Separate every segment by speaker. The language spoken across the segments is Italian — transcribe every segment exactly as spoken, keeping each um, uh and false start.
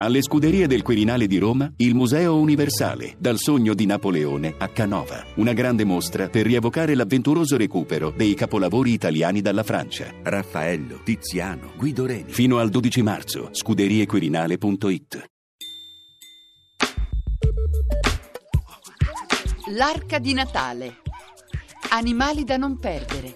Speaker 1: Alle Scuderie del Quirinale di Roma, il Museo Universale, dal sogno di Napoleone a Canova. Una grande mostra per rievocare l'avventuroso recupero dei capolavori italiani dalla Francia.
Speaker 2: Raffaello, Tiziano, Guido Reni.
Speaker 1: Fino al dodici marzo, scuderiequirinale punto it.
Speaker 3: L'arca di Natale. Animali da non perdere.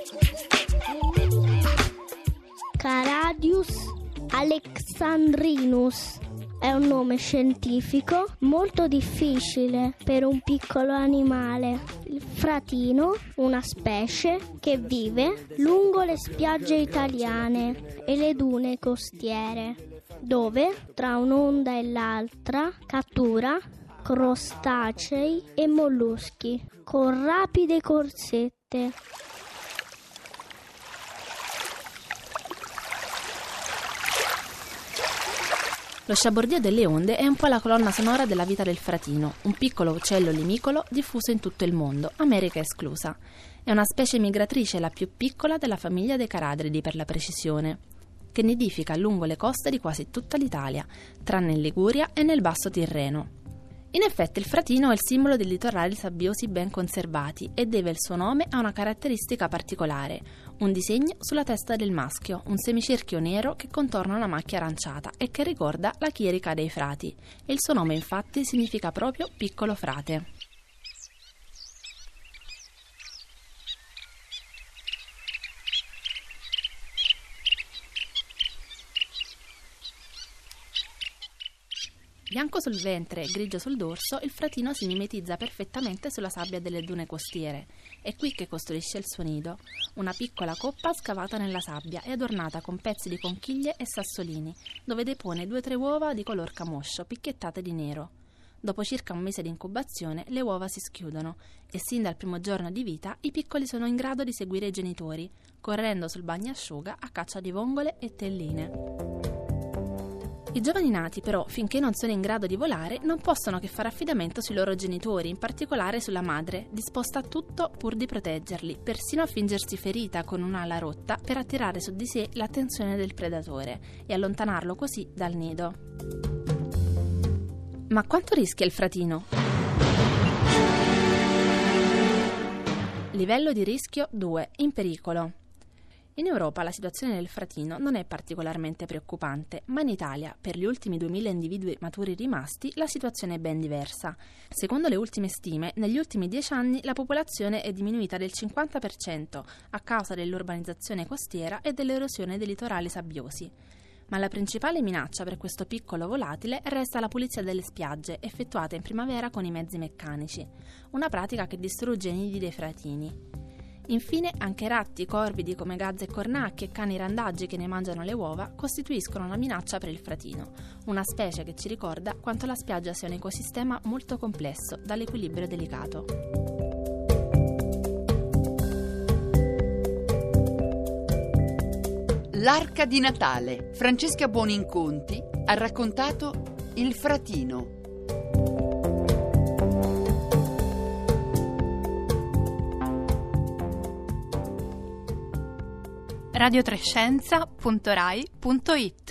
Speaker 4: Caradius alexandrinus è un nome scientifico molto difficile per un piccolo animale. Il fratino, una specie che vive lungo le spiagge italiane e le dune costiere, dove tra un'onda e l'altra cattura crostacei e molluschi con rapide corsette.
Speaker 5: Lo sciabordio delle onde è un po' la colonna sonora della vita del fratino, un piccolo uccello limicolo diffuso in tutto il mondo, America esclusa. È una specie migratrice, la più piccola della famiglia dei caradridi per la precisione, che nidifica lungo le coste di quasi tutta l'Italia, tranne in Liguria e nel Basso Tirreno. In effetti il fratino è il simbolo dei litorali sabbiosi ben conservati e deve il suo nome a una caratteristica particolare, un disegno sulla testa del maschio, un semicerchio nero che contorna una macchia aranciata e che ricorda la chierica dei frati. E il suo nome infatti significa proprio piccolo frate. Bianco sul ventre e grigio sul dorso, il fratino si mimetizza perfettamente sulla sabbia delle dune costiere. È qui che costruisce il suo nido, una piccola coppa scavata nella sabbia e adornata con pezzi di conchiglie e sassolini, dove depone due o tre uova di color camoscio, picchettate di nero. Dopo circa un mese di incubazione, le uova si schiudono e sin dal primo giorno di vita i piccoli sono in grado di seguire i genitori, correndo sul bagnasciuga a caccia di vongole e telline. I giovani nati, però, finché non sono in grado di volare, non possono che fare affidamento sui loro genitori, in particolare sulla madre, disposta a tutto pur di proteggerli, persino a fingersi ferita con un'ala rotta per attirare su di sé l'attenzione del predatore e allontanarlo così dal nido. Ma quanto rischia il fratino? Livello di rischio due, in pericolo. In Europa la situazione del fratino non è particolarmente preoccupante, ma in Italia, per gli ultimi duemila individui maturi rimasti, la situazione è ben diversa. Secondo le ultime stime, negli ultimi dieci anni la popolazione è diminuita del cinquanta per cento a causa dell'urbanizzazione costiera e dell'erosione dei litorali sabbiosi. Ma la principale minaccia per questo piccolo volatile resta la pulizia delle spiagge, effettuata in primavera con i mezzi meccanici, una pratica che distrugge i nidi dei fratini. Infine, anche ratti, corvidi come gazze e cornacchi e cani randaggi che ne mangiano le uova costituiscono una minaccia per il fratino, una specie che ci ricorda quanto la spiaggia sia un ecosistema molto complesso, dall'equilibrio delicato.
Speaker 3: L'arca di Natale. Francesca Buoninconti ha raccontato Il fratino.
Speaker 6: radio trescienza punto rai punto it